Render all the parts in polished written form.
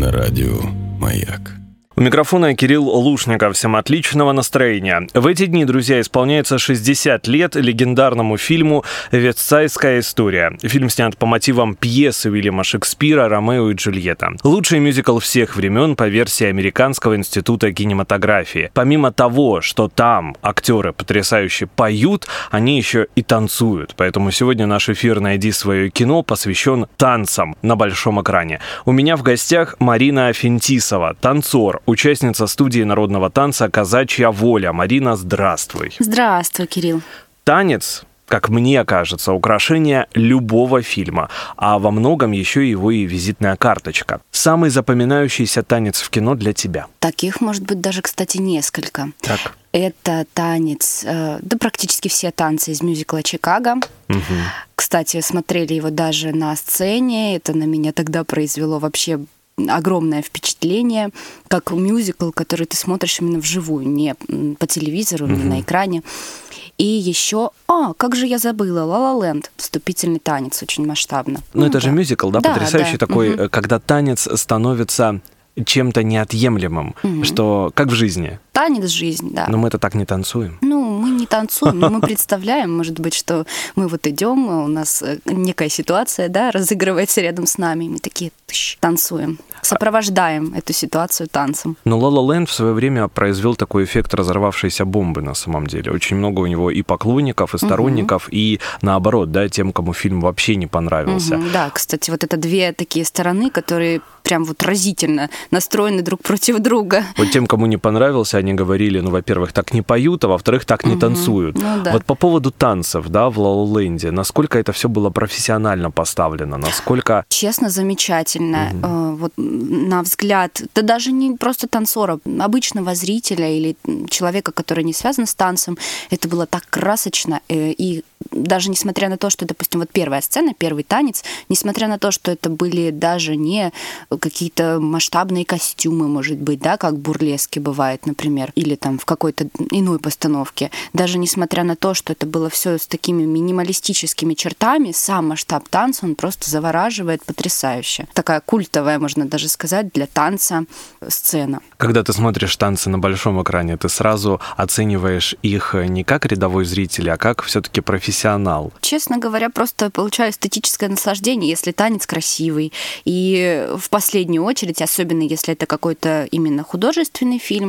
На радио «Маяк». У микрофона Кирилл Лушников. Всем отличного настроения. В эти дни, друзья, исполняется 60 лет легендарному фильму «Вестсайдская история». Фильм снят по мотивам пьесы Уильяма Шекспира «Ромео и Джульетта». Лучший мюзикл всех времен по версии Американского института кинематографии. Помимо того, что там актеры потрясающе поют, они еще и танцуют. Поэтому сегодня наш эфир «Найди свое кино» посвящен танцам на большом экране. У меня в гостях Марина Фентисова, танцор, участница студии народного танца «Казачья воля». Марина, здравствуй. Здравствуй, Кирилл. Танец, как мне кажется, украшение любого фильма, а во многом еще его и визитная карточка. Самый запоминающийся танец в кино для тебя? Таких, может быть, даже, кстати, несколько. Так. Это танец, да практически все танцы из мюзикла «Чикаго». Угу. Кстати, смотрели его даже на сцене. Это на меня тогда произвело вообще огромное впечатление, как мюзикл, который ты смотришь именно вживую, не по телевизору, не на экране. И еще, как же я забыла, «Ла Ла Ленд», вступительный танец, очень масштабно. Ну, это же мюзикл, да, потрясающий такой, когда танец становится чем-то неотъемлемым, что как в жизни. Танец жизнь, да. Но мы-то так не танцуем. Мы не танцуем, но мы представляем, может быть, что мы вот идем, у нас некая ситуация, да, разыгрывается рядом с нами, и мы такие танцуем, сопровождаем эту ситуацию танцем. Но «Ла Ла Ленд» в свое время произвел такой эффект разорвавшейся бомбы на самом деле. Очень много у него и поклонников, и сторонников, и наоборот, да, тем, кому фильм вообще не понравился. Да, кстати, вот это две такие стороны, которые прям вот разительно настроены друг против друга. Вот тем, кому не понравился, они говорили, во-первых, так не поют, а во-вторых, так не танцуют. Да. Вот по поводу танцев, да, в «Ла Ла Ленде», насколько это все было профессионально поставлено, насколько... Честно, замечательно. Вот на взгляд, да даже не просто танцора, обычного зрителя или человека, который не связан с танцем, это было так красочно. И даже несмотря на то, что, допустим, вот первая сцена, первый танец, несмотря на то, что это были даже не какие-то масштабные костюмы, может быть, да, как в бурлеске бывает, например, или там в какой-то иной постановке, даже несмотря на то, что это было все с такими минималистическими чертами, сам масштаб танца, он просто завораживает потрясающе. Такая культовая, можно даже сказать, для танца сцена. Когда ты смотришь танцы на большом экране, ты сразу оцениваешь их не как рядовой зритель, а как все-таки профессионал. Честно говоря, просто получаю эстетическое наслаждение, если танец красивый. И в последнюю очередь, особенно если это какой-то именно художественный фильм,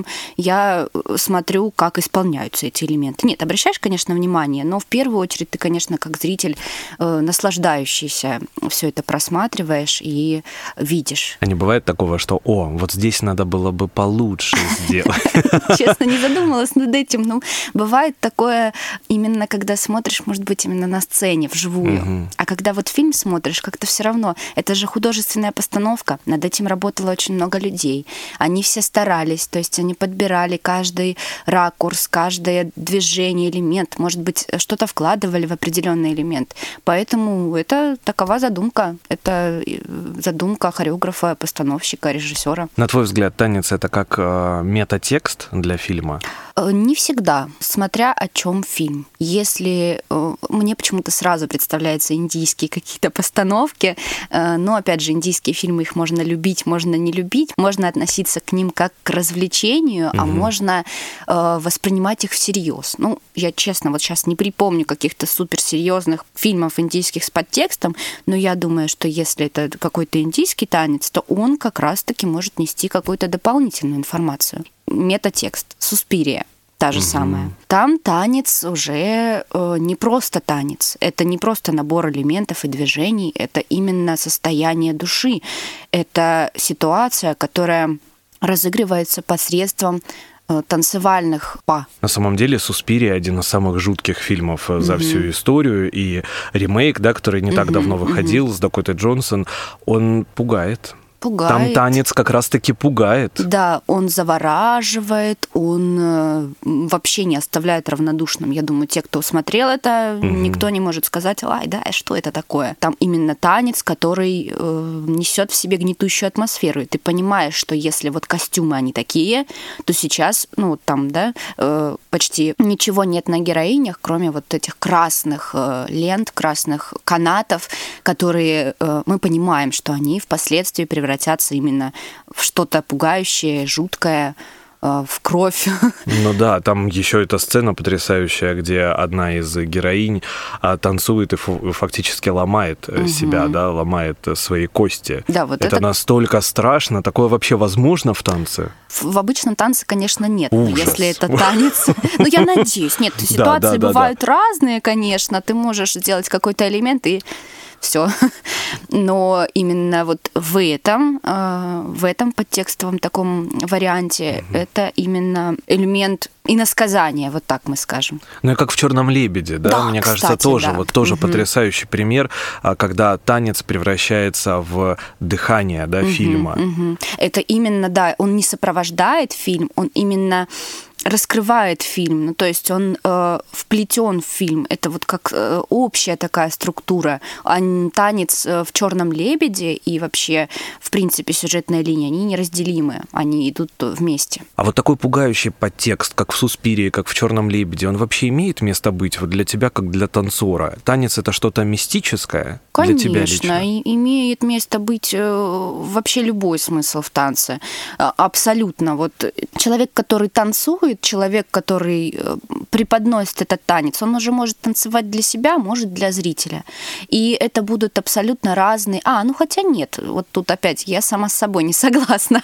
я смотрю, как исполняются эти элементы. Нет, обращаешь, конечно, внимание, но в первую очередь ты, конечно, как зритель наслаждающийся все это просматриваешь и видишь. А не бывает такого, что вот здесь надо было бы получше сделать? Честно, не задумалась над этим. Но бывает такое именно, когда смотришь, может быть, именно на сцене, вживую. А когда вот фильм смотришь, как-то все равно. Это же художественная постановка. Над этим работало очень много людей. Они все старались, то есть они подбирали каждый ракурс, каждое движение, элемент. Может быть, что-то вкладывали в определенный элемент. Поэтому это такова задумка. Это задумка хореографа, постановщика, режиссера. На твой взгляд, танец — это как метатекст для фильма? Не всегда, смотря о чем фильм. Если мне почему-то сразу представляются индийские какие-то постановки, но, опять же, индийские фильмы, их можно любить, можно не любить, можно относиться к ним как к развлечению, а можно воспринимать их всерьез. Я, честно, вот сейчас не припомню каких-то суперсерьезных фильмов индийских с подтекстом, но я думаю, что если это какой-то индийский танец, то он как раз-таки может нести какую-то дополнительную информацию. Метатекст, «Суспирия». Та же самая. Там танец уже не просто танец. Это не просто набор элементов и движений. Это именно состояние души. Это ситуация, которая разыгрывается посредством танцевальных па. На самом деле «Суспирия» — один из самых жутких фильмов за всю историю. И ремейк, да, который не так давно выходил, с Дакотой Джонсон, он пугает. Там танец как раз-таки пугает. Да, он завораживает, он вообще не оставляет равнодушным. Я думаю, те, кто смотрел это, никто не может сказать, что это такое. Там именно танец, который несет в себе гнетущую атмосферу. И ты понимаешь, что если вот костюмы, они такие, то сейчас, почти ничего нет на героинях, кроме вот этих красных лент, красных канатов, которые мы понимаем, что они впоследствии превратятся именно в что-то пугающее, жуткое, в кровь. Ну да, там еще эта сцена потрясающая, где одна из героинь танцует и фактически ломает себя, да, ломает свои кости. Да, вот это настолько страшно. Такое вообще возможно в танце? В обычном танце, конечно, нет. Ужас. Если это танец... Ну, я надеюсь. Нет, ситуации бывают разные, конечно. Ты можешь сделать какой-то элемент и все. Но именно вот в этом подтекстовом таком варианте это именно элемент иносказания, вот так мы скажем. Ну и как в «Черном лебеде», да? Мне кажется, кстати, тоже, да. вот тоже потрясающий пример, когда танец превращается в дыхание, да, фильма. Это именно, да, он не сопровождает фильм, он именно раскрывает фильм, ну, то есть он вплетен в фильм. Это вот как общая такая структура. А танец в «Черном лебеде» и вообще, в принципе, сюжетная линия, они неразделимы, они идут вместе. А вот такой пугающий подтекст, как в «Суспирии», как в «Черном лебеде», он вообще имеет место быть вот для тебя, как для танцора? Танец — это что-то мистическое для тебя лично? Конечно, имеет место быть вообще любой смысл в танце. Абсолютно. Вот человек, который танцует, человек, который преподносит этот танец, он уже может танцевать для себя, может для зрителя. И это будут абсолютно разные... хотя нет, вот тут опять я сама с собой не согласна.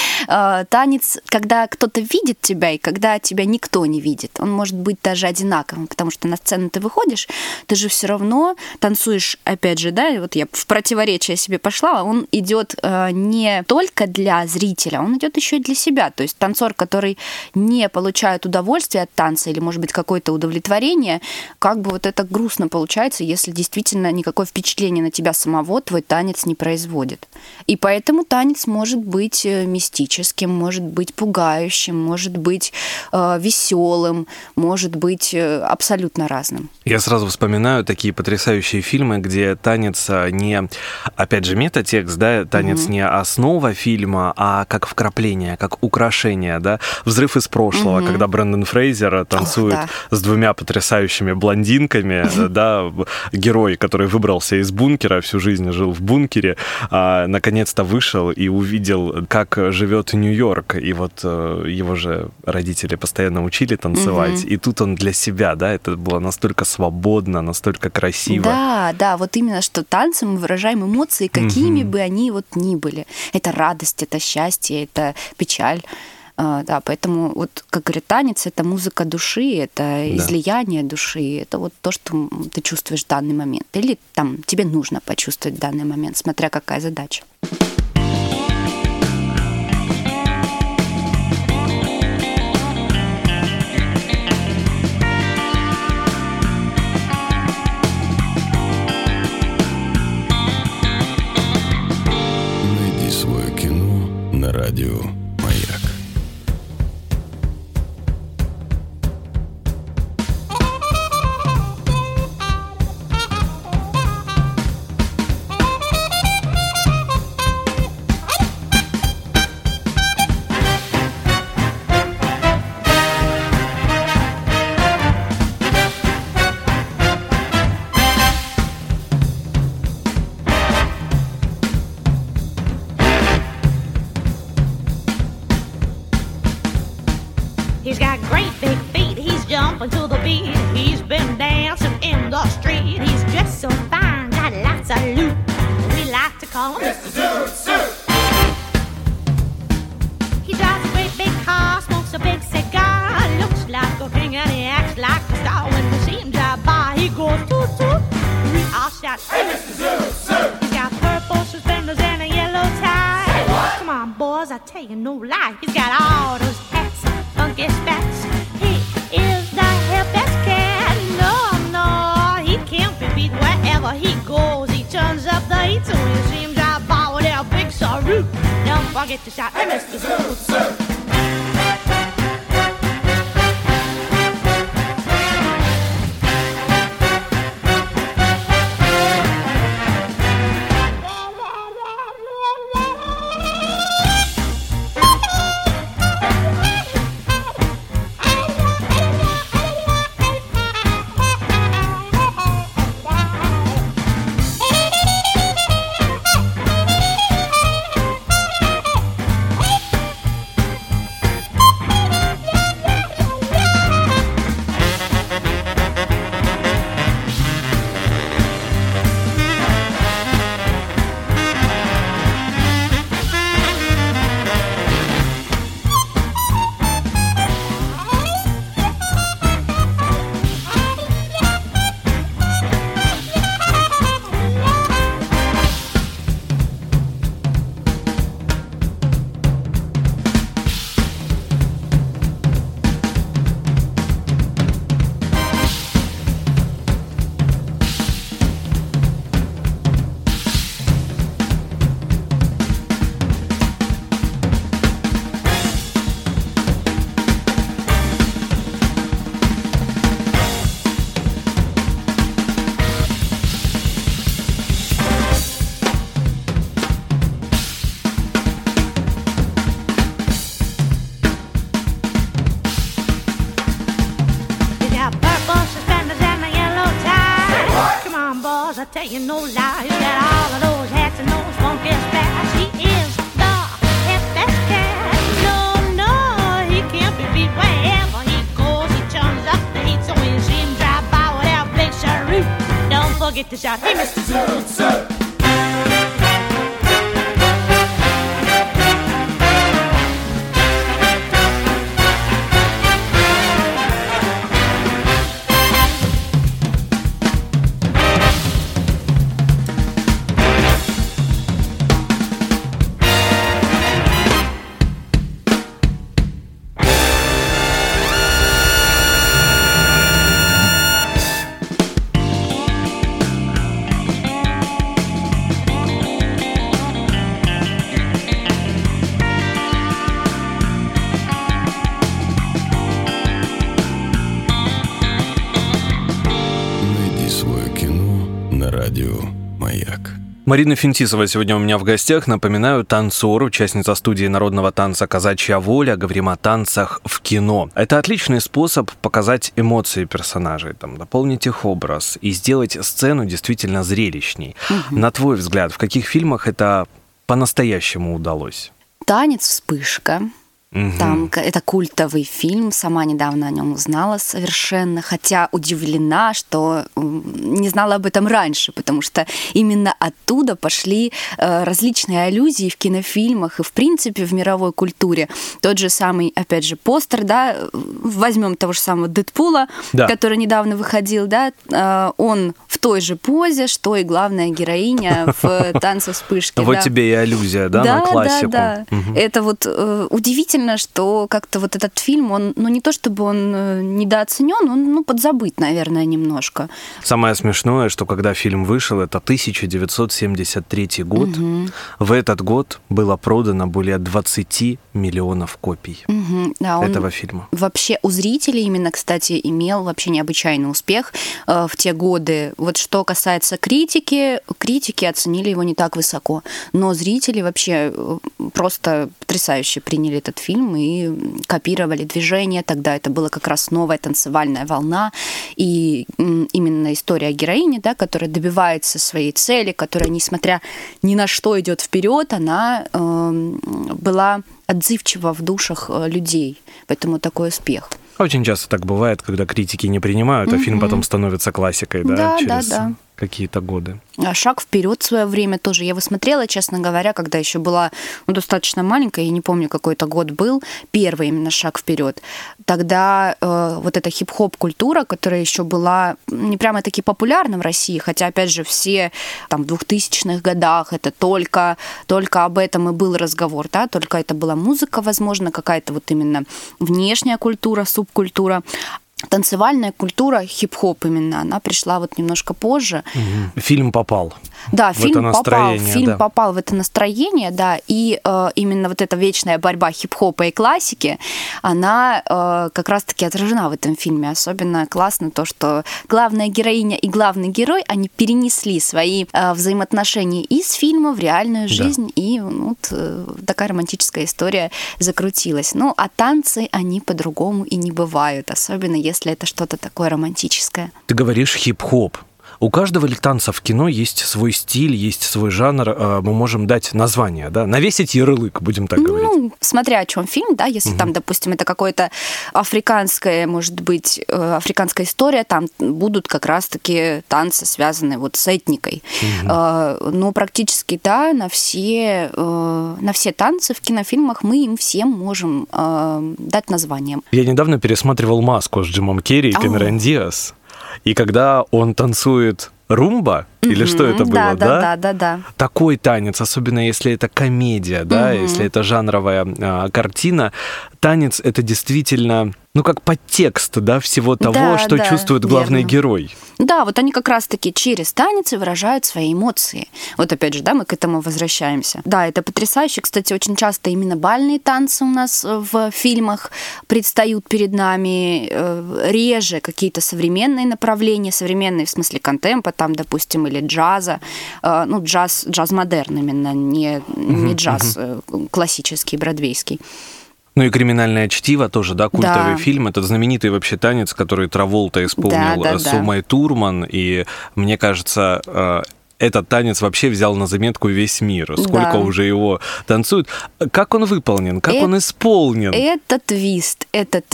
Танец, когда кто-то видит тебя и когда тебя никто не видит, он может быть даже одинаковым, потому что на сцену ты выходишь, ты же все равно танцуешь, опять же, да, вот я в противоречие себе пошла, он идет не только для зрителя, он идет еще и для себя. То есть танцор, который не получает удовольствие от танца или, может быть, какое-то удовлетворение, как бы вот это грустно получается, если действительно никакое впечатление на тебя самого твой танец не производит. И поэтому танец может быть мистическим, может быть пугающим, может быть веселым, может быть абсолютно разным. Я сразу вспоминаю такие потрясающие фильмы, где танец не, опять же, метатекст, да, танец не основа фильма, а как вкрапление, как украшение, да, «Взрыв из прошлого», когда Брендан Фрейзер танцует с двумя потрясающими блондинками, да, герой, который выбрался из бункера, всю жизнь жил в бункере, наконец-то вышел и увидел, как живет Нью-Йорк, и вот его же родители постоянно учили танцевать, и тут он для себя, да, это было настолько свободно, настолько красиво. Да, вот именно, что танцем мы выражаем эмоции, какими бы они вот ни были. Это радость, это счастье, это печаль. Да, поэтому, вот, как говорят, танец — это музыка души, это излияние души, это вот то, что ты чувствуешь в данный момент. Или там тебе нужно почувствовать в данный момент, смотря какая задача. Найди свое кино на радио «Маяк». He's got great big feet, he's jumping to the beat. He's been dancing in the street. He's dressed so fine, got lots of loot. We like to call him Mr. Zoot Suit. He drives a great big car, smokes a big cigar. Looks like a king and he acts like a star. When we see him drive by, he goes toot toot. We all shout, hey Mr. Zoot Suit. He's got purple suspenders and a yellow tie. Say what? Come on boys, I tell you no lie. He's got all those hats, funky spats. He is the hippest cat. No, he can't be beat wherever he goes. He turns up the heat so when you see him drive by with that big sorrow. Don't forget to shout, hey Mr. Zoot Suit. telling no lies. Got all of those hats and those funky spats. He is the best cat. No, he can't be beat wherever he goes. He churns up the heat, so when you see him drive by with that big cheroot, don't forget to shout, hey, Mr. Zoot, sir. Радио «Маяк». Марина Финтисова сегодня у меня в гостях. Напоминаю, танцор, участница студии народного танца «Казачья воля». Говорим о танцах в кино. Это отличный способ показать эмоции персонажей, дополнить их образ и сделать сцену действительно зрелищней. На твой взгляд, в каких фильмах это по-настоящему удалось? «Танец. Вспышка». Там, это культовый фильм, сама недавно о нем узнала совершенно, хотя удивлена, что не знала об этом раньше, потому что именно оттуда пошли различные аллюзии в кинофильмах и, в принципе, в мировой культуре. Тот же самый, опять же, постер, да, возьмем того же самого Дэдпула, да, который недавно выходил, да, он в той же позе, что и главная героиня в «Танце вспышки». Вот тебе и аллюзия, да, на классику. Да. Это вот удивительно, что как-то вот этот фильм, он, не то чтобы он недооценен, он, подзабыт, наверное, немножко. Самое смешное, что когда фильм вышел, это 1973 год, в этот год было продано более 20 миллионов копий этого фильма. Вообще у зрителей именно, кстати, имел вообще необычайный успех в те годы. Вот что касается критики оценили его не так высоко, но зрители вообще просто потрясающе приняли этот фильм и копировали движения. Тогда это была как раз новая танцевальная волна. И именно история героини, да, которая добивается своей цели, которая, несмотря ни на что, идет вперед, она была отзывчива в душах людей. Поэтому такой успех. Очень часто так бывает, когда критики не принимают, а фильм потом становится классикой, да, через какие-то годы. «Шаг вперед» в свое время тоже. Я его смотрела, честно говоря, когда еще была достаточно маленькая, я не помню, какой это год был, первый именно «Шаг вперед». Тогда вот эта хип-хоп-культура, которая еще была не прямо-таки популярна в России, хотя, опять же, все там в 2000-х годах это только об этом и был разговор, да, только это была музыка, возможно, какая-то вот именно внешняя культура, субкультура. Танцевальная культура, хип-хоп именно, она пришла вот немножко позже. Фильм попал. Да, фильм попал в это настроение, да, и именно вот эта вечная борьба хип-хопа и классики, она как раз-таки отражена в этом фильме. Особенно классно то, что главная героиня и главный герой, они перенесли свои взаимоотношения из фильма в реальную жизнь, и такая романтическая история закрутилась. А танцы, они по-другому и не бывают, особенно если это что-то такое романтическое. Ты говоришь хип-хоп. У каждого ли танца в кино есть свой стиль, есть свой жанр, мы можем дать название, да? Навесить ярлык, будем так говорить. Смотря о чем фильм, да, если там, допустим, это какое-то африканское, может быть, африканская история, там будут как раз-таки танцы, связанные вот с этникой. Но практически, да, на все танцы в кинофильмах мы им всем можем дать название. Я недавно пересматривал «Маску» с Джимом Керри и Кэмерон Диаз. И когда он танцует румба, или что это было, да? Такой танец, особенно если это комедия, да, если это жанровая картина, танец — это действительно, как подтекст, да, всего того, что чувствует главный герой. Да, вот они как раз-таки через танец выражают свои эмоции. Вот опять же, да, мы к этому возвращаемся. Да, это потрясающе. Кстати, очень часто именно бальные танцы у нас в фильмах предстают перед нами, реже какие-то современные направления, современные в смысле контемпа, там, допустим, или джаза. Джаз модерн именно, не джаз классический, бродвейский. Ну и «Криминальное чтиво» тоже, да, культовый Да. фильм. Это знаменитый вообще танец, который Траволта исполнил Да. с Умой Турман. И мне кажется, этот танец вообще взял на заметку весь мир. Сколько Да. уже его танцуют. Как он выполнен, как он исполнен? Это твист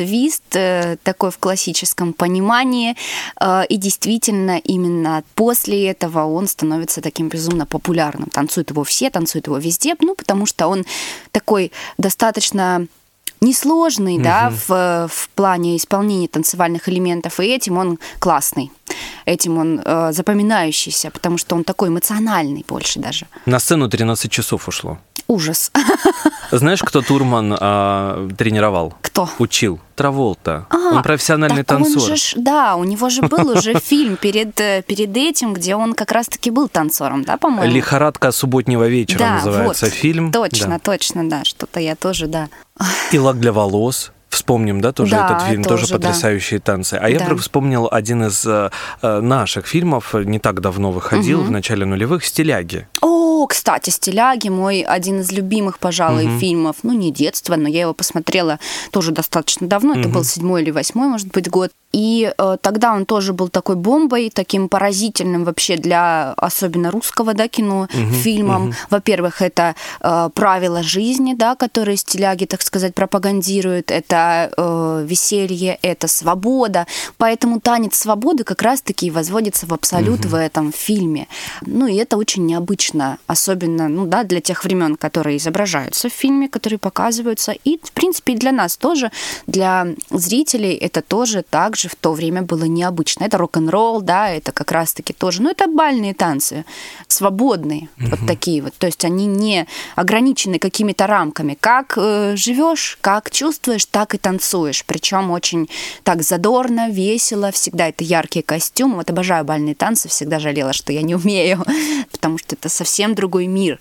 такой в классическом понимании, и действительно именно после этого он становится таким безумно популярным. Танцуют его все, танцуют его везде, потому что он такой достаточно несложный, да, в плане исполнения танцевальных элементов, и этим он классный, этим он запоминающийся, потому что он такой эмоциональный больше даже. На сцену 13 часов ушло. Ужас. Знаешь, кто Турман тренировал? Кто? Учил. Траволта. Он профессиональный так танцор. Он же, да, у него же был уже фильм перед этим, где он как раз-таки был танцором, да, по-моему? «Лихорадка субботнего вечера» Да, называется вот, фильм. Точно, да, что-то я тоже, да. И «Лак для волос». Вспомним, да, тоже Да, этот фильм, тоже тоже, да. потрясающие танцы. А я Да. вдруг вспомнил один из наших фильмов, не так давно выходил, в начале нулевых, «Стиляги». О, кстати, «Стиляги» мой один из любимых, пожалуй, фильмов. Ну, не детства, но я его посмотрела тоже достаточно давно. Это был 7-й или 8-й, может быть, год. И тогда он тоже был такой бомбой, таким поразительным вообще для особенно русского, да, кино, фильмом. Во-первых, это правила жизни, да, которые «Стиляги», так сказать, пропагандируют. Это веселье, это свобода. Поэтому танец свободы как раз-таки возводится в абсолют в этом фильме. Ну, и это очень необычно, особенно, ну, да, для тех времен, которые изображаются в фильме, которые показываются. И, в принципе, и для нас тоже, для зрителей это тоже так же в то время было необычно. Это рок-н-ролл, да, это как раз-таки тоже, ну, это бальные танцы, свободные, вот такие вот. То есть они не ограничены какими-то рамками. Как живешь, как чувствуешь, так и танцуешь. Причем очень так задорно, весело, всегда это яркие костюмы. Вот обожаю бальные танцы, всегда жалела, что я не умею, потому что это совсем другой мир.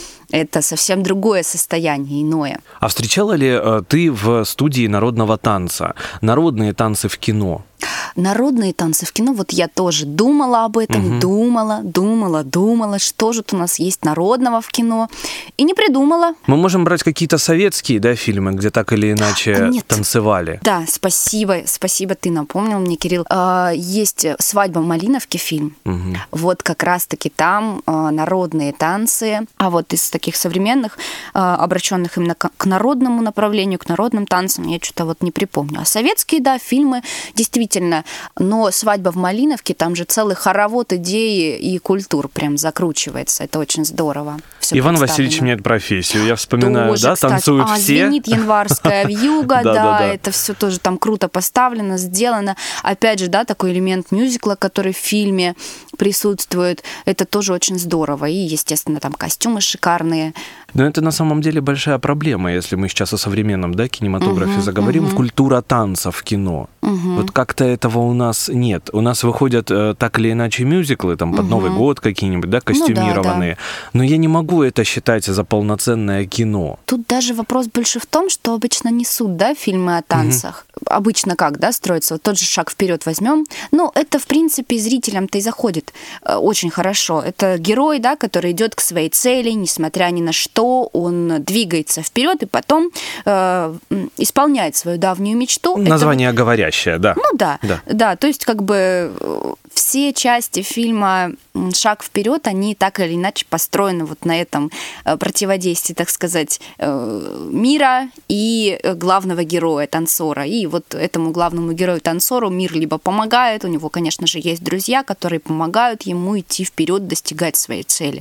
Это совсем другое состояние, иное. А встречала ли ты в студии народного танца народные танцы в кино? Народные танцы в кино, вот я тоже думала об этом, думала, что же у нас есть народного в кино, и не придумала. Мы можем брать какие-то советские, да, фильмы, где так или иначе Нет. танцевали. Да, спасибо, ты напомнил мне, Кирилл. Есть «Свадьба в Малиновке» фильм. Вот как раз-таки там народные танцы. А вот из таких современных, обращенных именно к народному направлению, к народным танцам, я что-то вот не припомню. А советские, да, фильмы действительно. Но «Свадьба в Малиновке», там же целый хоровод идей и культур прям закручивается. Это очень здорово. Всё Иван представлено. Васильевич меняет профессию. Я вспоминаю, Тоже, да, кстати. танцуют все. Звенит январская вьюга, Да, да, да. это все тоже там круто поставлено, сделано. Опять же, да, такой элемент мюзикла, который в фильме присутствует, это тоже очень здорово. И, естественно, там костюмы шикарные. Но это на самом деле большая проблема, если мы сейчас о современном, да, кинематографе заговорим, культура танца в кино. Вот как-то этого у нас нет. У нас выходят так или иначе мюзиклы, там под Новый год какие-нибудь, да, костюмированные. да. Но я не могу это считать за полноценное кино. Тут даже вопрос больше в том, что обычно несут, да, фильмы о танцах. Обычно как, да, строится? Вот тот же «Шаг вперед» возьмем. Ну, это, в принципе, зрителям-то и заходит очень хорошо. Это герой, да, который идет к своей цели, несмотря ни на что, он двигается вперед и потом исполняет свою давнюю мечту. Название говорящее, да. Ну да, Да. да, то есть как бы все части фильма «Шаг вперед», они так или иначе построены вот на этом противодействии, так сказать, мира и главного героя, танцора. И вот этому главному герою-танцору мир либо помогает, у него, конечно же, есть друзья, которые помогают ему идти вперед, достигать своей цели.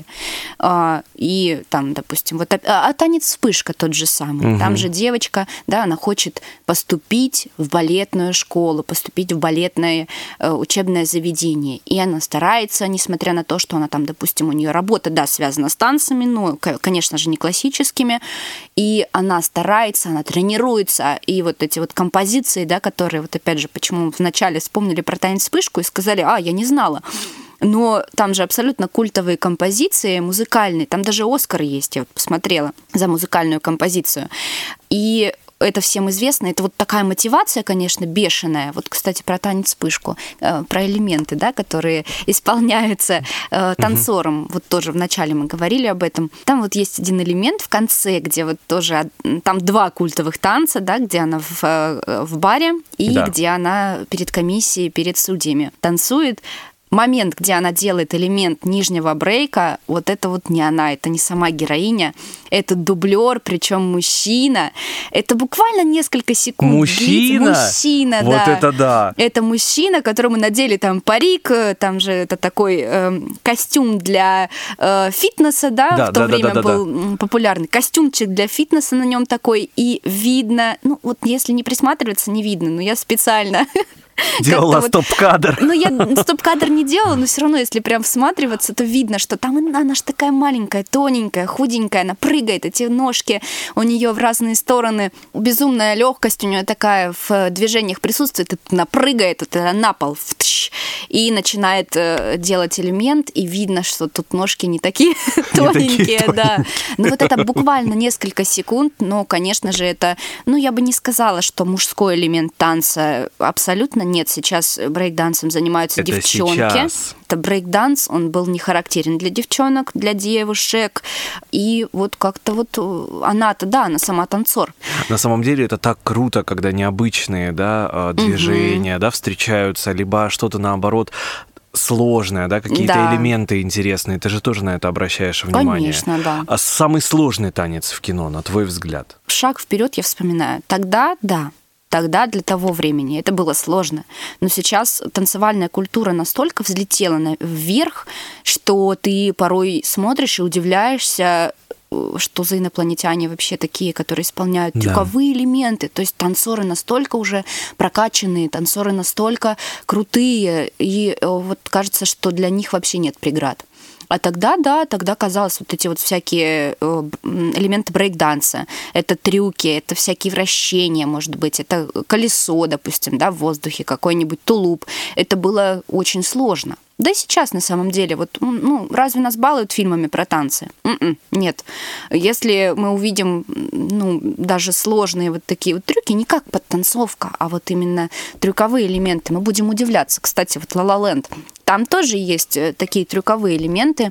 И там, допустим, вот танец «Вспышка» тот же самый. Там же девочка, да, она хочет поступить в балетную школу, поступить в балетное учебное заведение. И она старается, несмотря на то, что она там, допустим, у нее работа, да, связана с танцами, но, конечно же, не классическими. И она старается, она тренируется. И вот эти вот композиции, да, которые, вот опять же, почему вначале вспомнили про танец «Вспышку» и сказали, я не знала. Но там же абсолютно культовые композиции музыкальные. Там даже «Оскар» есть, я вот посмотрела за музыкальную композицию. И это всем известно. Это вот такая мотивация, конечно, бешеная. Вот, кстати, про танец вспышку, про элементы, да, которые исполняются танцором. Вот тоже вначале мы говорили об этом. Там вот есть один элемент в конце, где вот тоже там 2 культовых танца, да, где она в баре и где она перед комиссией, перед судьями танцует. Момент, где она делает элемент нижнего брейка, вот это вот не она, это не сама героиня, это дублер, причем мужчина. Это буквально несколько секунд. Мужчина, вот да. Это да. Это мужчина, которому надели там парик, там же это такой костюм для фитнеса, да, в то время был популярный. Костюмчик для фитнеса на нем такой, и видно, ну вот если не присматриваться, не видно, но я специально... Делала стоп-кадр. Ну, я стоп-кадр не делала, но все равно, если прям всматриваться, то видно, что там она же такая маленькая, тоненькая, худенькая, она прыгает, эти ножки у нее в разные стороны, безумная легкость у нее такая в движениях присутствует, она прыгает, это на пол, и начинает делать элемент, и видно, что тут ножки не такие тоненькие, да. Ну, вот это буквально несколько секунд, но, конечно же, это, ну, я бы не сказала, что мужской элемент танца абсолютно нет, сейчас брейк-дансом занимаются девчонки. Сейчас. Это брейк-данс, он был не характерен для девчонок, для девушек. И вот как-то вот она-то, да, она сама танцор. На самом деле это так круто, когда необычные, да, движения, да, встречаются, либо что-то наоборот сложное, да, какие-то элементы интересные. Ты же тоже на это обращаешь внимание. Конечно, да. А самый сложный танец в кино, на твой взгляд? Шаг вперед я вспоминаю. Тогда, да. Тогда для того времени это было сложно. Но сейчас танцевальная культура настолько взлетела вверх, что ты порой смотришь и удивляешься, что за инопланетяне вообще такие, которые исполняют трюковые элементы. То есть танцоры настолько уже прокачанные, танцоры настолько крутые, и вот кажется, что для них вообще нет преград. А тогда, да, тогда казалось, вот эти вот всякие элементы брейк-данса, это трюки, это всякие вращения, может быть, это колесо, допустим, да, в воздухе, какой-нибудь тулуп. Это было очень сложно. Да и сейчас, на самом деле, вот, ну, разве нас балуют фильмами про танцы? Нет. Если мы увидим, ну, даже сложные вот такие вот трюки, не как подтанцовка, а вот именно трюковые элементы, мы будем удивляться. Кстати, вот «Ла Ла Ленд», там тоже есть такие трюковые элементы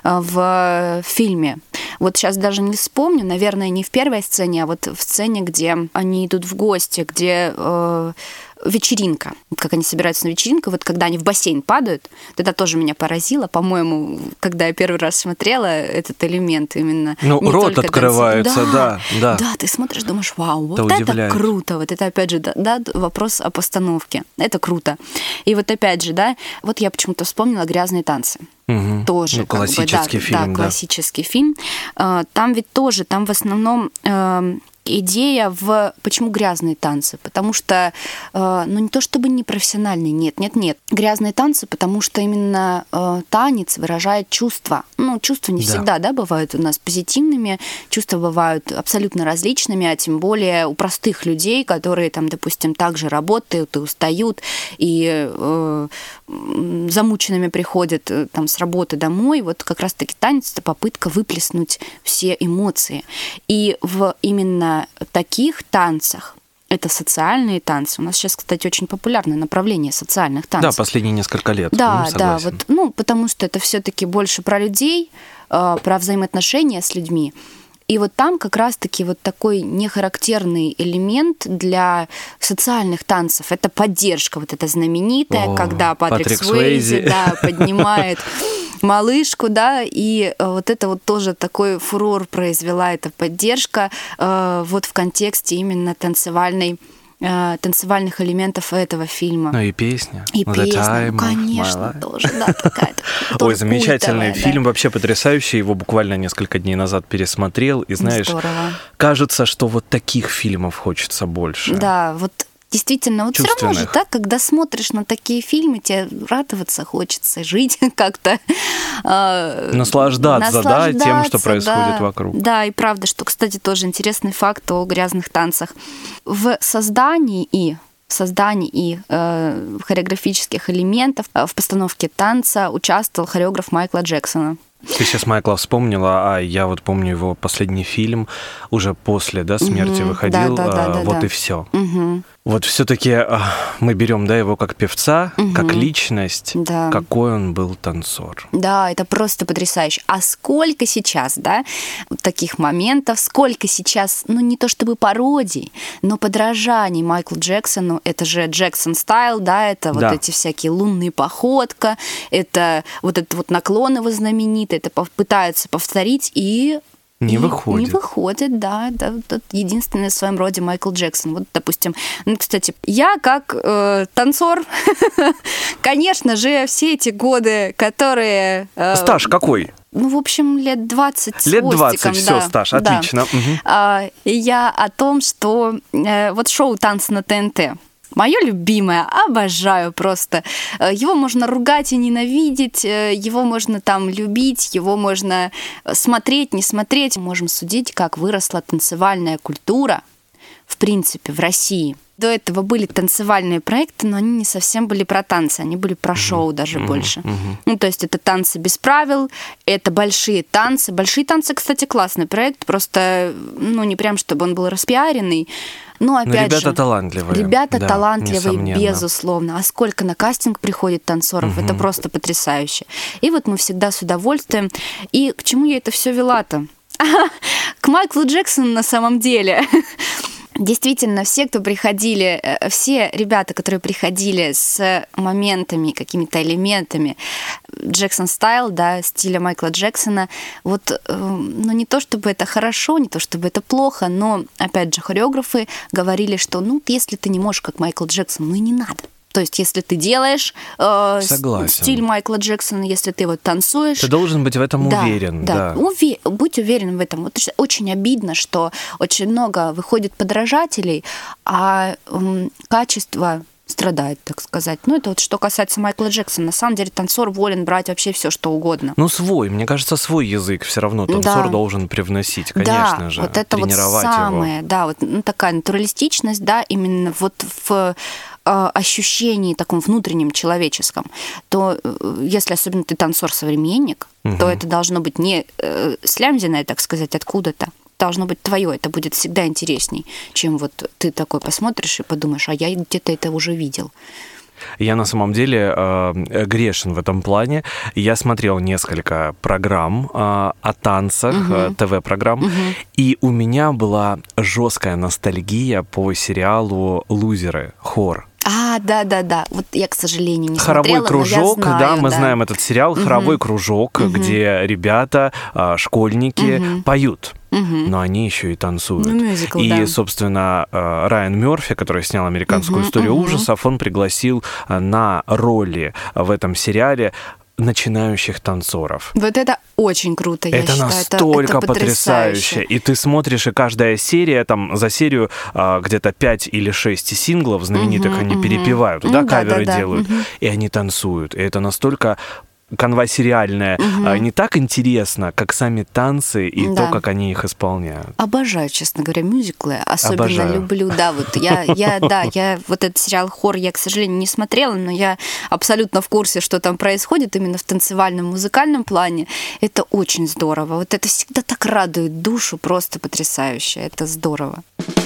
в фильме. Вот сейчас даже не вспомню, наверное, не в первой сцене, а вот в сцене, где они идут в гости, где вечеринка, как они собираются на вечеринку, вот когда они в бассейн падают, это тоже меня поразило, по-моему, когда я первый раз смотрела этот элемент именно. Ну, рот открывается, да. Да, ты смотришь, думаешь, вау, вот это круто, вот это опять же, да, вопрос о постановке, это круто. И вот опять же, да, вот я почему-то вспомнила «Грязные танцы». Тоже, ну, классический фильм, да, классический фильм. Там ведь тоже, там в основном идея в... Почему грязные танцы? Потому что, ну, не то чтобы непрофессиональные, нет. Грязные танцы, потому что именно танец выражает чувства. Ну, чувства не всегда, да, бывают у нас позитивными, чувства бывают абсолютно различными, а тем более у простых людей, которые там, допустим, также работают и устают, и замученными приходят там с работы домой, вот как раз-таки танец — это попытка выплеснуть все эмоции. И в именно таких танцах, это социальные танцы. У нас сейчас, кстати, очень популярное направление социальных танцев. Да, последние несколько лет. Да, вот, ну, потому что это все-таки больше про людей, про взаимоотношения с людьми. И вот там как раз-таки вот такой нехарактерный элемент для социальных танцев. Это поддержка вот эта знаменитая, когда Патрик Суэйзи поднимает малышку, да, и вот это вот тоже такой фурор произвела эта поддержка вот в контексте именно танцевальных элементов этого фильма. Ну и песня. И песня, конечно, тоже, да, какая-то. Ой, замечательный фильм, вообще потрясающий. Его буквально несколько дней назад пересмотрел. И знаешь, кажется, что вот таких фильмов хочется больше. Да, вот действительно, вот все равно же, да, когда смотришь на такие фильмы, тебе радоваться хочется, жить как-то. Наслаждаться, да, тем, что происходит вокруг. Да, и правда, что, кстати, тоже интересный факт о грязных танцах. В создании хореографических элементов в постановке танца участвовал хореограф Майкла Джексона. Ты сейчас Майкла вспомнила, а я вот помню его последний фильм, уже после, да, смерти выходил, вот и все. Вот все-таки мы берем, да, его как певца, как личность, какой он был танцор. Да, это просто потрясающе. А сколько сейчас, да, таких моментов, сколько сейчас, ну, не то чтобы пародий, но подражаний Майклу Джексону. Это же Джексон стайл, да, это вот эти всякие лунные походка, это вот этот вот наклон его знаменитый, это пытаются повторить и... Не выходит. Не выходит, да. Единственный в своем роде Майкл Джексон. Вот, допустим, ну, кстати, я как танцор, конечно же, все эти годы, которые... Стаж какой? Ну, в общем, лет 20 Лет 20, хвостиком, все, стаж, отлично. Я о том, что вот шоу «Танцы на ТНТ». Мое любимое, обожаю просто. Его можно ругать и ненавидеть, его можно там любить, его можно смотреть, не смотреть. Можем судить, как выросла танцевальная культура, в принципе, в России. До этого были танцевальные проекты, но они не совсем были про танцы, они были про шоу даже больше. Ну, то есть это танцы без правил, это большие танцы. Большие танцы, кстати, классный проект, просто, ну, не прям, чтобы он был распиаренный. Но опять ребята талантливые. Ребята талантливые, несомненно. Безусловно. А сколько на кастинг приходит танцоров, это просто потрясающе. И вот мы всегда с удовольствием. И к чему я это все вела-то? К Майклу Джексону на самом деле. Действительно, все, кто приходили, все ребята, которые приходили с моментами, какими-то элементами Джексон стайл, да, стиля Майкла Джексона, вот, ну, не то чтобы это хорошо, не то чтобы это плохо, но, опять же, хореографы говорили, что, ну, если ты не можешь, как Майкл Джексон, ну и не надо. То есть, если ты делаешь стиль Майкла Джексона, если ты вот танцуешь... Ты должен быть в этом уверен. Да. Будь уверен в этом. Вот очень обидно, что очень много выходит подражателей, а качество страдает, так сказать. Ну, это вот что касается Майкла Джексона. На самом деле танцор волен брать вообще все, что угодно. Ну, мне кажется, свой язык все равно танцор должен привносить, конечно же. Вот это тренировать вот самое, его. да, вот такая натуралистичность, да, именно вот в ощущении таком внутреннем человеческом, то если особенно ты танцор-современник, то это должно быть не слямзиное, так сказать, откуда-то, должно быть твое, это будет всегда интересней, чем вот ты такой посмотришь и подумаешь, а я где-то это уже видел. Я на самом деле грешен в этом плане. Я смотрел несколько программ о танцах, ТВ-программ, и у меня была жесткая ностальгия по сериалу «Лузеры», хор. Да. Вот я, к сожалению, не «Хоровой смотрела, кружок», но я знаю, мы знаем этот сериал «Хоровой кружок», где ребята, школьники поют. Но они еще и танцуют. Мюзикл, и, собственно, Райан Мёрфи, который снял «Американскую историю ужасов», он пригласил на роли в этом сериале начинающих танцоров. Вот это очень круто, я считаю. Настолько это потрясающе. И ты смотришь, и каждая серия, там, за серию где-то 5 или 6 синглов знаменитых они перепевают, каверы делают, и они танцуют. И это настолько канва сериальная, не так интересно, как сами танцы и то, как они их исполняют. Обожаю, честно говоря, мюзиклы. Особенно люблю, да, вот я вот этот сериал «Хор» я, к сожалению, не смотрела, но я абсолютно в курсе, что там происходит именно в танцевальном, музыкальном плане. Это очень здорово. Вот это всегда так радует душу, просто потрясающе. Это здорово.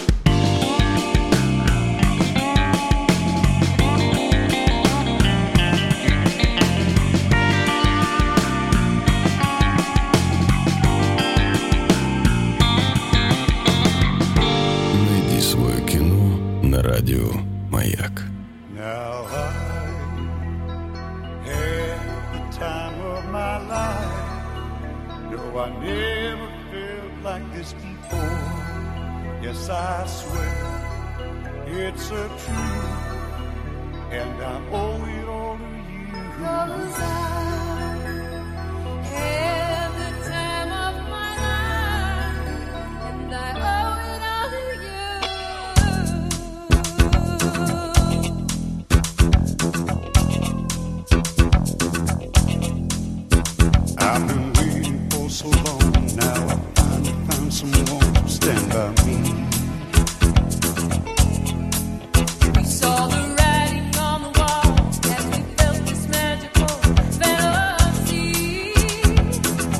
На радио «Маяк». Now I had the time of my life. No, I never felt like this before. Yes, I swear it's a truth, and I owe it all to you. 'Cause I had the time of my life, and I owe it all to you. I've been waiting for so long now. I finally found someone to stand by me. We saw the writing on the wall as we felt this magical fantasy.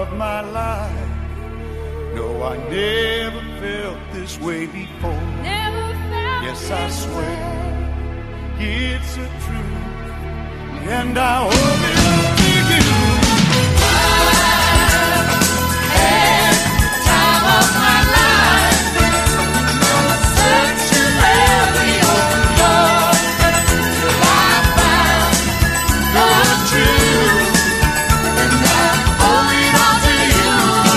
of my life. No, I never felt this way before. Yes, I swear it's a truth, and I owe it all to you. Time of my life, searching every open door till I found the truth, and I owe it all to you.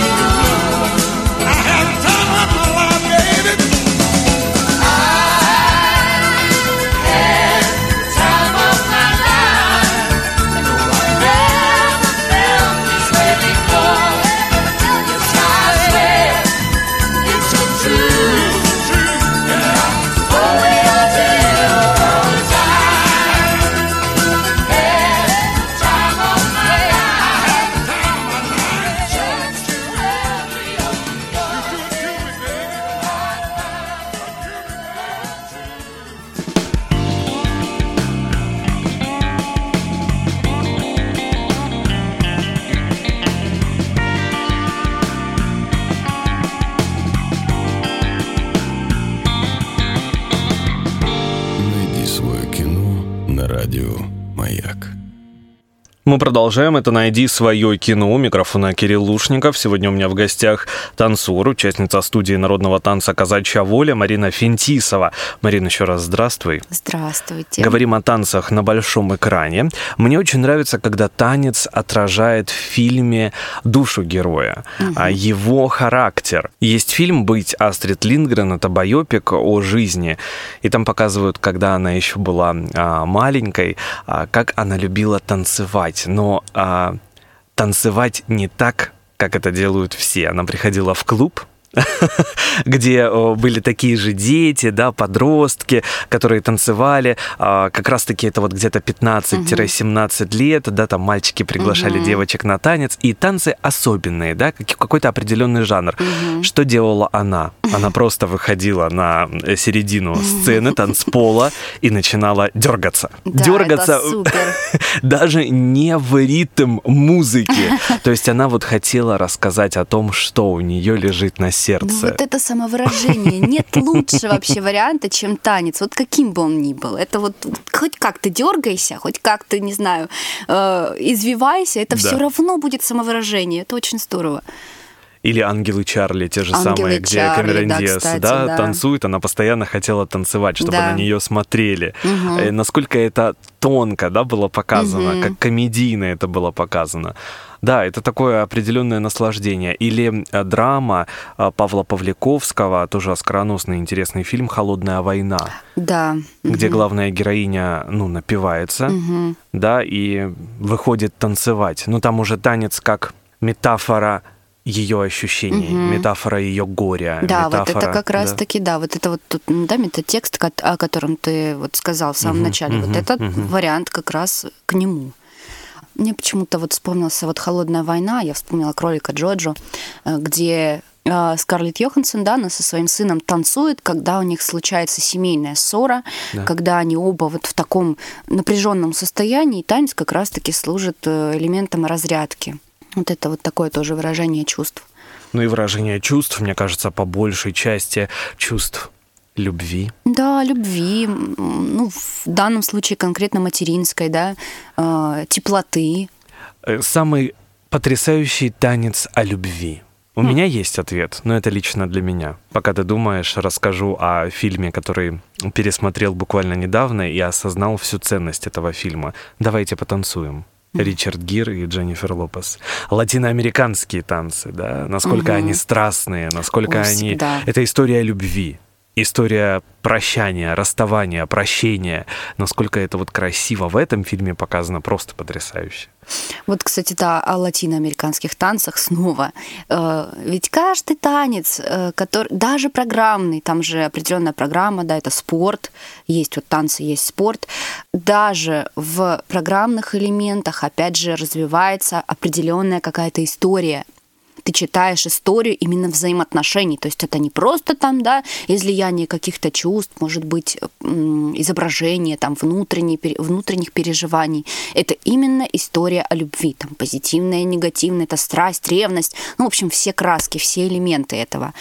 I had the time of my life, baby. I had the time of my life. No, I never felt this way before. Yes, I swear it's so true, and I owe it all to you. 'Cause I had the time of my life. Searched through every open door. You could do it, baby. Найди свое кино на радио «Маяк». Мы продолжаем. Это «Найди свое кино». У микрофона Кирилл Лушников. Сегодня у меня в гостях танцор, участница студии народного танца «Казачья воля» Марина Фентисова. Марина, еще раз здравствуй. Здравствуйте. Говорим о танцах на большом экране. Мне очень нравится, когда танец отражает в фильме душу героя, его характер. Есть фильм «Быть» Астрид Линдгрен, это байопик о жизни. И там показывают, когда она еще была маленькой, как она любила танцевать. Но танцевать не так, как это делают все. Она приходила в клуб, где были такие же дети, да, подростки, которые танцевали. Как раз-таки это вот где-то 15-17 лет, да, там мальчики приглашали девочек на танец. И танцы особенные, да, какой-то определенный жанр. Что делала она? Она просто выходила на середину сцены, танцпола, и начинала дергаться. Да, дергаться это супер. даже не в ритм музыки. То есть она вот хотела рассказать о том, что у нее лежит на сердце. Ну, вот это самовыражение. Нет лучше вообще варианта, чем танец. Вот каким бы он ни был. Это вот хоть как ты дергайся, хоть как ты, не знаю, извивайся, это все равно будет самовыражение. Это очень здорово. Или «Ангелы Чарли», те же «Ангелы самые, где Чарли», Кэмерон да, Диас, кстати, да, да. танцует, она постоянно хотела танцевать, чтобы Да. на нее смотрели. Насколько это тонко, да, было показано, как комедийно это было показано. Да, это такое определенное наслаждение. Или драма Павла Павликовского, тоже оскароносный интересный фильм «Холодная война», Да. где главная героиня, ну, напивается, да, и выходит танцевать. Ну, там уже танец как метафора ее ощущений, метафора ее горя. Да, метафора, вот это как раз-таки, да, вот это вот тут, да, метатекст, о котором ты вот сказал в самом начале, вот этот вариант как раз к нему. Мне почему-то вот вспомнился вот «Холодная война», я вспомнила «Кролика Джоджо», где Скарлетт Йоханссон, да, она со своим сыном танцует, когда у них случается семейная ссора, когда они оба вот в таком напряженном состоянии, и танец как раз-таки служит элементом разрядки. Вот это вот такое тоже выражение чувств. Ну и выражение чувств, мне кажется, по большей части чувств любви. Да, любви, ну, в данном случае конкретно материнской, да, теплоты. Самый потрясающий танец о любви. У меня есть ответ, но это лично для меня. Пока ты думаешь, расскажу о фильме, который пересмотрел буквально недавно и осознал всю ценность этого фильма. «Давайте потанцуем». Ричард Гир и Дженнифер Лопес. Латиноамериканские танцы, да, насколько они страстные, насколько они... да. Это история любви, история прощания, расставания, прощения. Насколько это вот красиво в этом фильме показано, просто потрясающе. Вот, кстати, да, о латиноамериканских танцах снова. Ведь каждый танец, который, даже программный, там же определенная программа, да, это спорт, есть вот танцы, есть спорт, даже в программных элементах, опять же, развивается определенная какая-то история. ты читаешь историю именно взаимоотношений. То есть это не просто там, да, излияние каких-то чувств, может быть, изображение там внутренних переживаний. Это именно история о любви. Там позитивная, негативная, это страсть, ревность. Ну, в общем, все краски, все элементы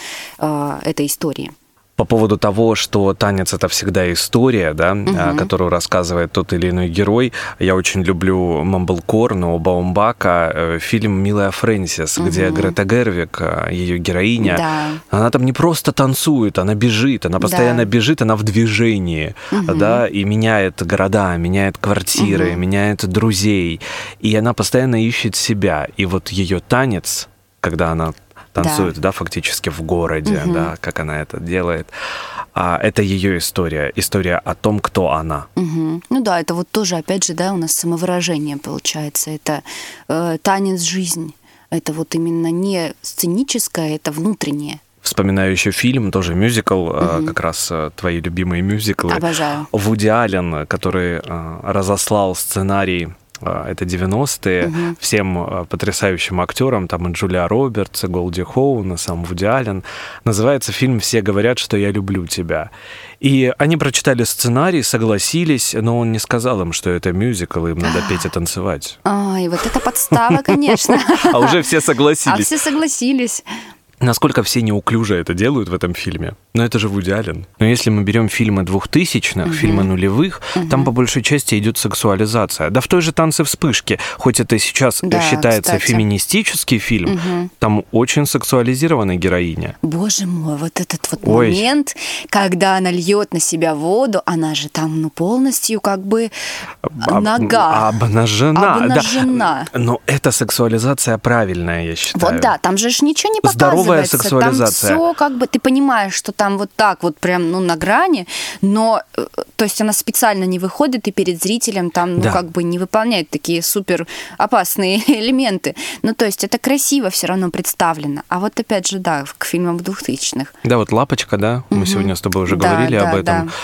этой истории. По поводу того, что танец — это всегда история, да, которую рассказывает тот или иной герой. Я очень люблю Мамблкорн у Баумбака, фильм «Милая Фрэнсис», где Грета Гервиг, ее героиня, она там не просто танцует, она бежит, она постоянно бежит, она в движении, да, и меняет города, меняет квартиры, меняет друзей, и она постоянно ищет себя. И вот ее танец, когда она танцует, да, фактически в городе, да, как она это делает. Это ее история о том, кто она. Ну да, это вот тоже, опять же, да, у нас самовыражение получается. Это танец жизни. Это вот именно не сценическое, это внутреннее. Вспоминаю еще фильм, тоже мюзикл, как раз твои любимые мюзиклы. Обожаю. Вуди Аллен, который разослал сценарий, это 90-е, всем потрясающим актерам, там и Джулия Робертс, и Голди Хоун, и сам Вуди Аллен. Называется фильм «Все говорят, что я люблю тебя». И они прочитали сценарий, согласились, но он не сказал им, что это мюзикл, им надо петь и танцевать. И вот это подстава, конечно. А уже все согласились. А все согласились. Насколько все неуклюже это делают в этом фильме. Но это же Вуди Аллен. Но если мы берем фильмы 2000-х, фильмы нулевых, там по большей части идет сексуализация. Да в той же «Танце вспышки», хоть это сейчас считается феминистический фильм, там очень сексуализированная героиня. Боже мой, вот этот вот момент, когда она льет на себя воду, она же там полностью как бы нога. Обнажена. Да. Но эта сексуализация правильная, я считаю. Вот да, там же ничего не показывается. Здоровая сексуализация. Там все как бы, ты понимаешь, что там вот так вот прям, на грани, но, то есть она специально не выходит и перед зрителем там, как бы не выполняет такие супер опасные элементы. Ну, то есть это красиво все равно представлено. А вот опять же, да, к фильмам 2000-х. Да, вот «Лапочка», да, мы сегодня с тобой уже говорили об этом. Да.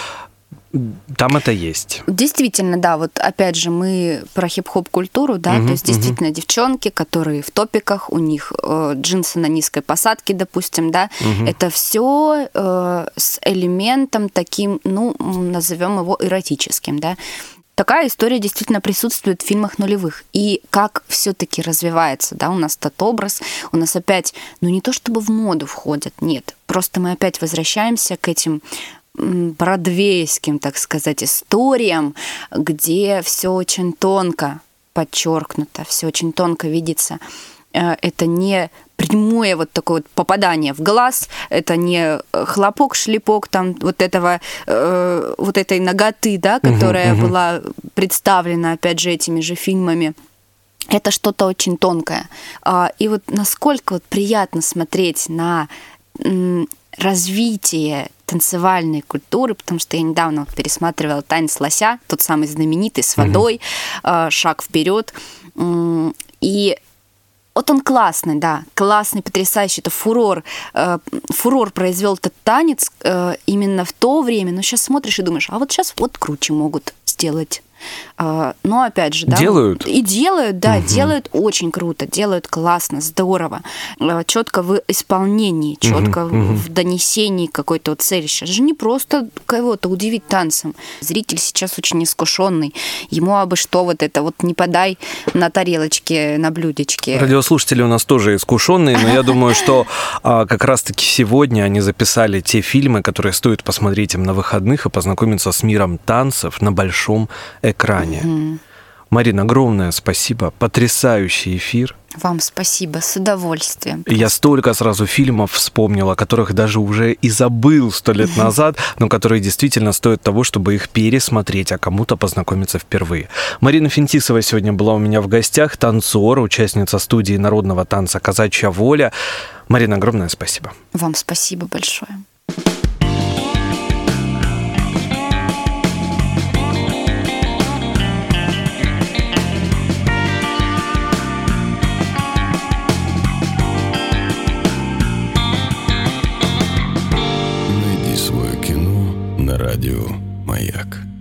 Там это есть. Действительно, да, вот опять же мы про хип-хоп культуру, да, то есть действительно девчонки, которые в топиках, у них джинсы на низкой посадке, допустим, да, это все с элементом таким, назовем его эротическим, да. Такая история действительно присутствует в фильмах нулевых. И как все-таки развивается, да, у нас тот образ, у нас опять, не то чтобы в моду входят, нет, просто мы опять возвращаемся к этим бродвейским, так сказать, историям, где все очень тонко подчеркнуто, все очень тонко видится. Это не прямое вот такое вот попадание в глаз, это не хлопок-шлепок там вот этой наготы, да, которая была представлена, опять же, этими же фильмами. Это что-то очень тонкое. И вот насколько вот приятно смотреть на развитие танцевальной культуры, потому что я недавно пересматривала «Танец лося», тот самый знаменитый, с водой, «Шаг вперед». И вот он классный, да, классный, потрясающий, это фурор произвел этот танец именно в то время, но сейчас смотришь и думаешь, а вот сейчас вот круче могут сделать. Но опять же, да. Делают? И делают, да, делают очень круто, делают классно, здорово, четко в исполнении, четко в донесении какой-то цели. Сейчас же не просто кого-то удивить танцем. Зритель сейчас очень искушенный. Ему абы что вот это вот не подай на тарелочке, на блюдечке. Радиослушатели у нас тоже искушенные, но я думаю, что как раз-таки сегодня они записали те фильмы, которые стоит посмотреть им на выходных и познакомиться с миром танцев на большом экране. Марина, огромное спасибо. Потрясающий эфир. Вам спасибо, с удовольствием. Я столько сразу фильмов вспомнил, о которых даже уже и забыл 100 лет назад, но которые действительно стоят того, чтобы их пересмотреть, а кому-то познакомиться впервые. Марина Финтисова сегодня была у меня в гостях, танцор, участница студии народного танца «Казачья воля». Марина, огромное спасибо. Вам спасибо большое. Найди свое кино на радио «Маяк».